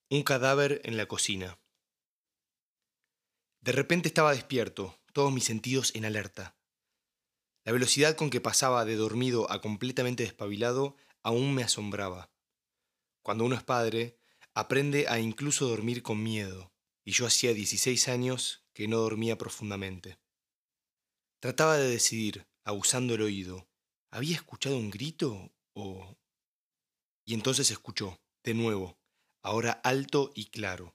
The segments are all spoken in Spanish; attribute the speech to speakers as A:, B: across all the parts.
A: Un cadáver en la cocina. De repente estaba despierto, todos mis sentidos en alerta. La velocidad con que pasaba de dormido a completamente despabilado aún me asombraba. Cuando uno es padre, aprende a incluso dormir con miedo, y yo hacía 16 años que no dormía profundamente. Trataba de decidir, abusando el oído, ¿había escuchado un grito o...? Y entonces escuchó, de nuevo, ahora alto y claro.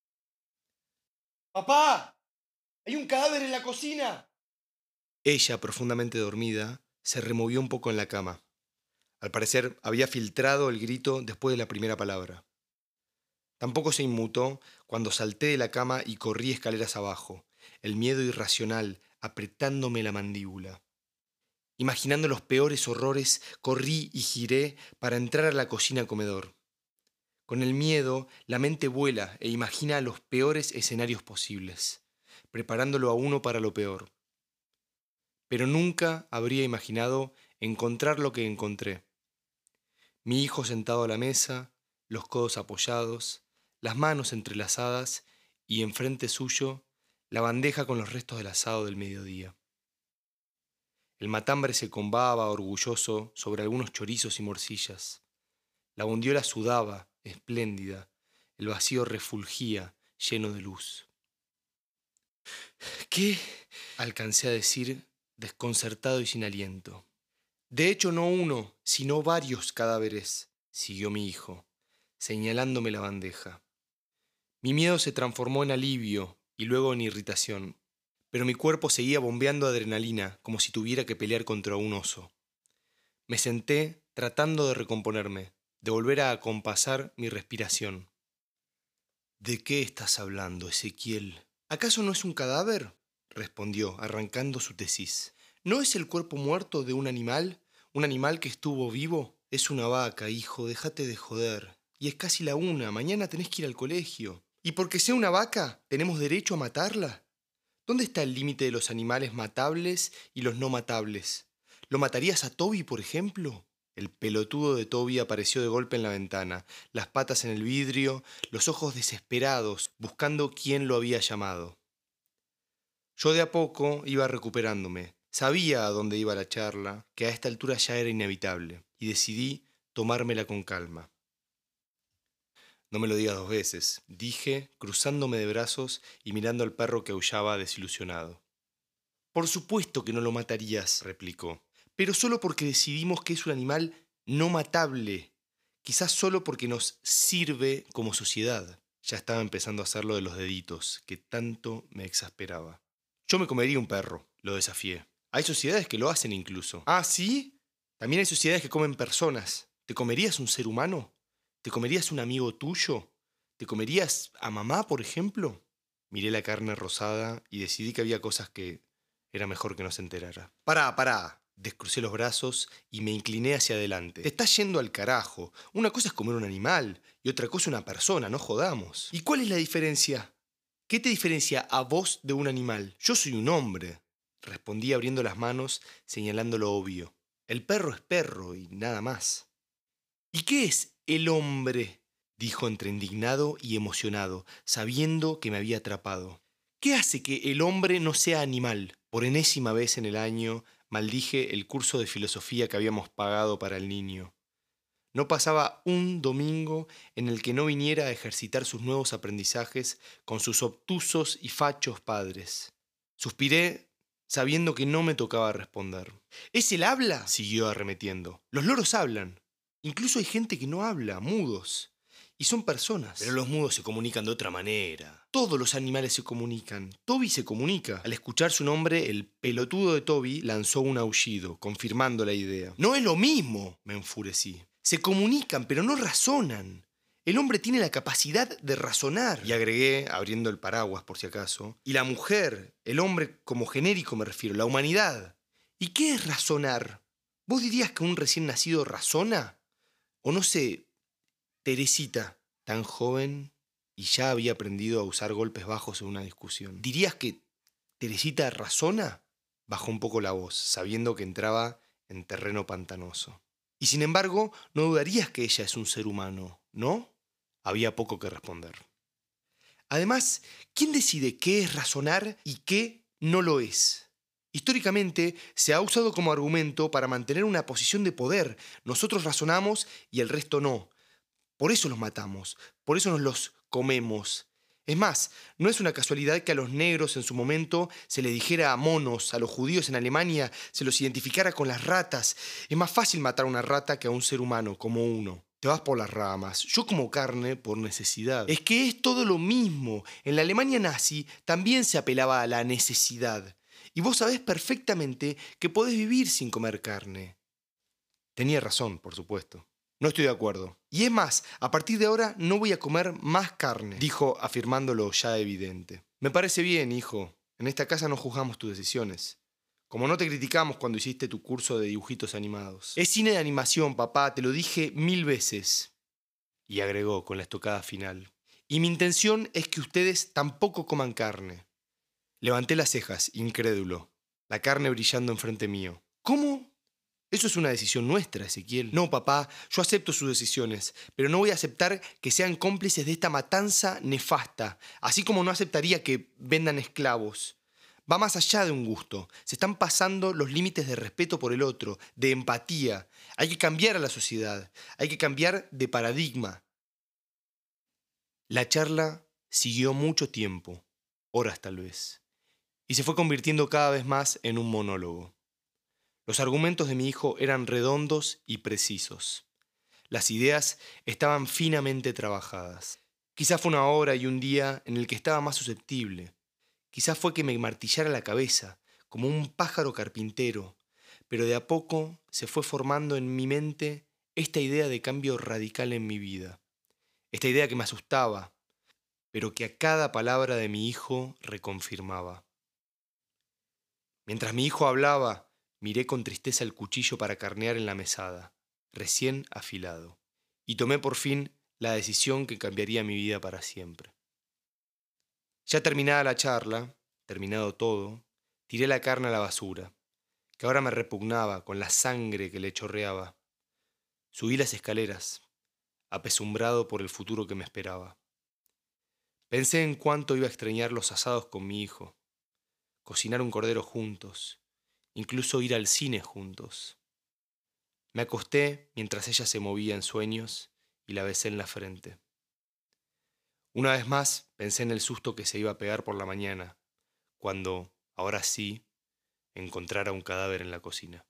A: ¡Papá! ¡Hay un cadáver en la cocina! Ella, profundamente dormida, se removió un poco en la cama. Al parecer, había filtrado el grito después de la primera palabra. Tampoco se inmutó cuando salté de la cama y corrí escaleras abajo, el miedo irracional apretándome la mandíbula. Imaginando los peores horrores, corrí y giré para entrar a la cocina-comedor. Con el miedo, la mente vuela e imagina los peores escenarios posibles, preparándolo a uno para lo peor. Pero nunca habría imaginado encontrar lo que encontré. Mi hijo sentado a la mesa, los codos apoyados, las manos entrelazadas y enfrente suyo la bandeja con los restos del asado del mediodía. El matambre se combaba orgulloso sobre algunos chorizos y morcillas. La bondiola sudaba, espléndida. El vacío refulgía, lleno de luz. ¿Qué? Alcancé a decir, desconcertado y sin aliento. De hecho, no uno, sino varios cadáveres, siguió mi hijo, señalándome la bandeja. Mi miedo se transformó en alivio y luego en irritación, pero mi cuerpo seguía bombeando adrenalina como si tuviera que pelear contra un oso. Me senté tratando de recomponerme, de volver a acompasar mi respiración. ¿De qué estás hablando, Ezequiel? ¿Acaso no es un cadáver? Respondió, arrancando su tesis. ¿No es el cuerpo muerto de un animal? ¿Un animal que estuvo vivo? Es una vaca, hijo, déjate de joder. Y es casi la 1, mañana tenés que ir al colegio. ¿Y porque sea una vaca, tenemos derecho a matarla? ¿Dónde está el límite de los animales matables y los no matables? ¿Lo matarías a Toby, por ejemplo? El pelotudo de Toby apareció de golpe en la ventana, las patas en el vidrio, los ojos desesperados, buscando quién lo había llamado. Yo de a poco iba recuperándome. Sabía a dónde iba la charla, que a esta altura ya era inevitable, y decidí tomármela con calma. No me lo digas 2 veces, dije, cruzándome de brazos y mirando al perro que aullaba desilusionado. Por supuesto que no lo matarías, replicó, pero solo porque decidimos que es un animal no matable, quizás solo porque nos sirve como sociedad. Ya estaba empezando a hacer lo de los deditos, que tanto me exasperaba. Yo me comería un perro, lo desafié. Hay sociedades que lo hacen incluso. ¿Ah, sí? También hay sociedades que comen personas. ¿Te comerías un ser humano? ¿Te comerías un amigo tuyo? ¿Te comerías a mamá, por ejemplo? Miré la carne rosada y decidí que había cosas que era mejor que no se enterara. Pará. Descrucé los brazos y me incliné hacia adelante. Te estás yendo al carajo. Una cosa es comer un animal y otra cosa una persona, no jodamos. ¿Y cuál es la diferencia? ¿Qué te diferencia a vos de un animal? Yo soy un hombre, respondí abriendo las manos, señalando lo obvio. El perro es perro y nada más. ¿Y qué es el hombre? Dijo entre indignado y emocionado, sabiendo que me había atrapado. ¿Qué hace que el hombre no sea animal? Por enésima vez en el año maldije el curso de filosofía que habíamos pagado para el niño. No pasaba un domingo en el que no viniera a ejercitar sus nuevos aprendizajes con sus obtusos y fachos padres. Suspiré sabiendo que no me tocaba responder. ¿Es el habla? Siguió arremetiendo. Los loros hablan. Incluso hay gente que no habla, mudos. Y son personas. Pero los mudos se comunican de otra manera. Todos los animales se comunican. Toby se comunica. Al escuchar su nombre, el pelotudo de Toby lanzó un aullido, confirmando la idea. ¡No es lo mismo!, me enfurecí. Se comunican, pero no razonan. El hombre tiene la capacidad de razonar. Y agregué, abriendo el paraguas por si acaso, y la mujer, el hombre como genérico me refiero, la humanidad. ¿Y qué es razonar? ¿Vos dirías que un recién nacido razona? O no sé, Teresita, tan joven y ya había aprendido a usar golpes bajos en una discusión. ¿Dirías que Teresita razona? Bajó un poco la voz, sabiendo que entraba en terreno pantanoso. Y sin embargo, no dudarías que ella es un ser humano, ¿no? Había poco que responder. Además, ¿quién decide qué es razonar y qué no lo es? Históricamente se ha usado como argumento para mantener una posición de poder. Nosotros razonamos y el resto no. Por eso los matamos, por eso nos los comemos. Es más, no es una casualidad que a los negros en su momento se les dijera monos, a los judíos en Alemania se los identificara con las ratas. Es más fácil matar a una rata que a un ser humano como uno. Te vas por las ramas. Yo como carne por necesidad. Es que es todo lo mismo. En la Alemania nazi también se apelaba a la necesidad. Y vos sabés perfectamente que podés vivir sin comer carne. Tenía razón, por supuesto. No estoy de acuerdo. Y es más, a partir de ahora no voy a comer más carne, dijo afirmándolo ya evidente. Me parece bien, hijo. En esta casa no juzgamos tus decisiones. Como no te criticamos cuando hiciste tu curso de dibujitos animados. Es cine de animación, papá, te lo dije 1000 veces. Y agregó con la estocada final. Y mi intención es que ustedes tampoco coman carne. Levanté las cejas, incrédulo. La carne brillando enfrente mío. ¿Cómo? Eso es una decisión nuestra, Ezequiel. No, papá, yo acepto sus decisiones, pero no voy a aceptar que sean cómplices de esta matanza nefasta, así como no aceptaría que vendan esclavos. Va más allá de un gusto. Se están pasando los límites de respeto por el otro, de empatía. Hay que cambiar a la sociedad, hay que cambiar de paradigma. La charla siguió mucho tiempo, horas tal vez, y se fue convirtiendo cada vez más en un monólogo. Los argumentos de mi hijo eran redondos y precisos. Las ideas estaban finamente trabajadas. Quizás fue una hora y un día en el que estaba más susceptible. Quizás fue que me martillara la cabeza, como un pájaro carpintero, pero de a poco se fue formando en mi mente esta idea de cambio radical en mi vida. Esta idea que me asustaba, pero que a cada palabra de mi hijo reconfirmaba. Mientras mi hijo hablaba, miré con tristeza el cuchillo para carnear en la mesada, recién afilado, y tomé por fin la decisión que cambiaría mi vida para siempre. Ya terminada la charla, terminado todo, tiré la carne a la basura, que ahora me repugnaba con la sangre que le chorreaba. Subí las escaleras, apesumbrado por el futuro que me esperaba. Pensé en cuánto iba a extrañar los asados con mi hijo, cocinar un cordero juntos, incluso ir al cine juntos. Me acosté mientras ella se movía en sueños y la besé en la frente. Una vez más pensé en el susto que se iba a pegar por la mañana, cuando, ahora sí, encontrara un cadáver en la cocina.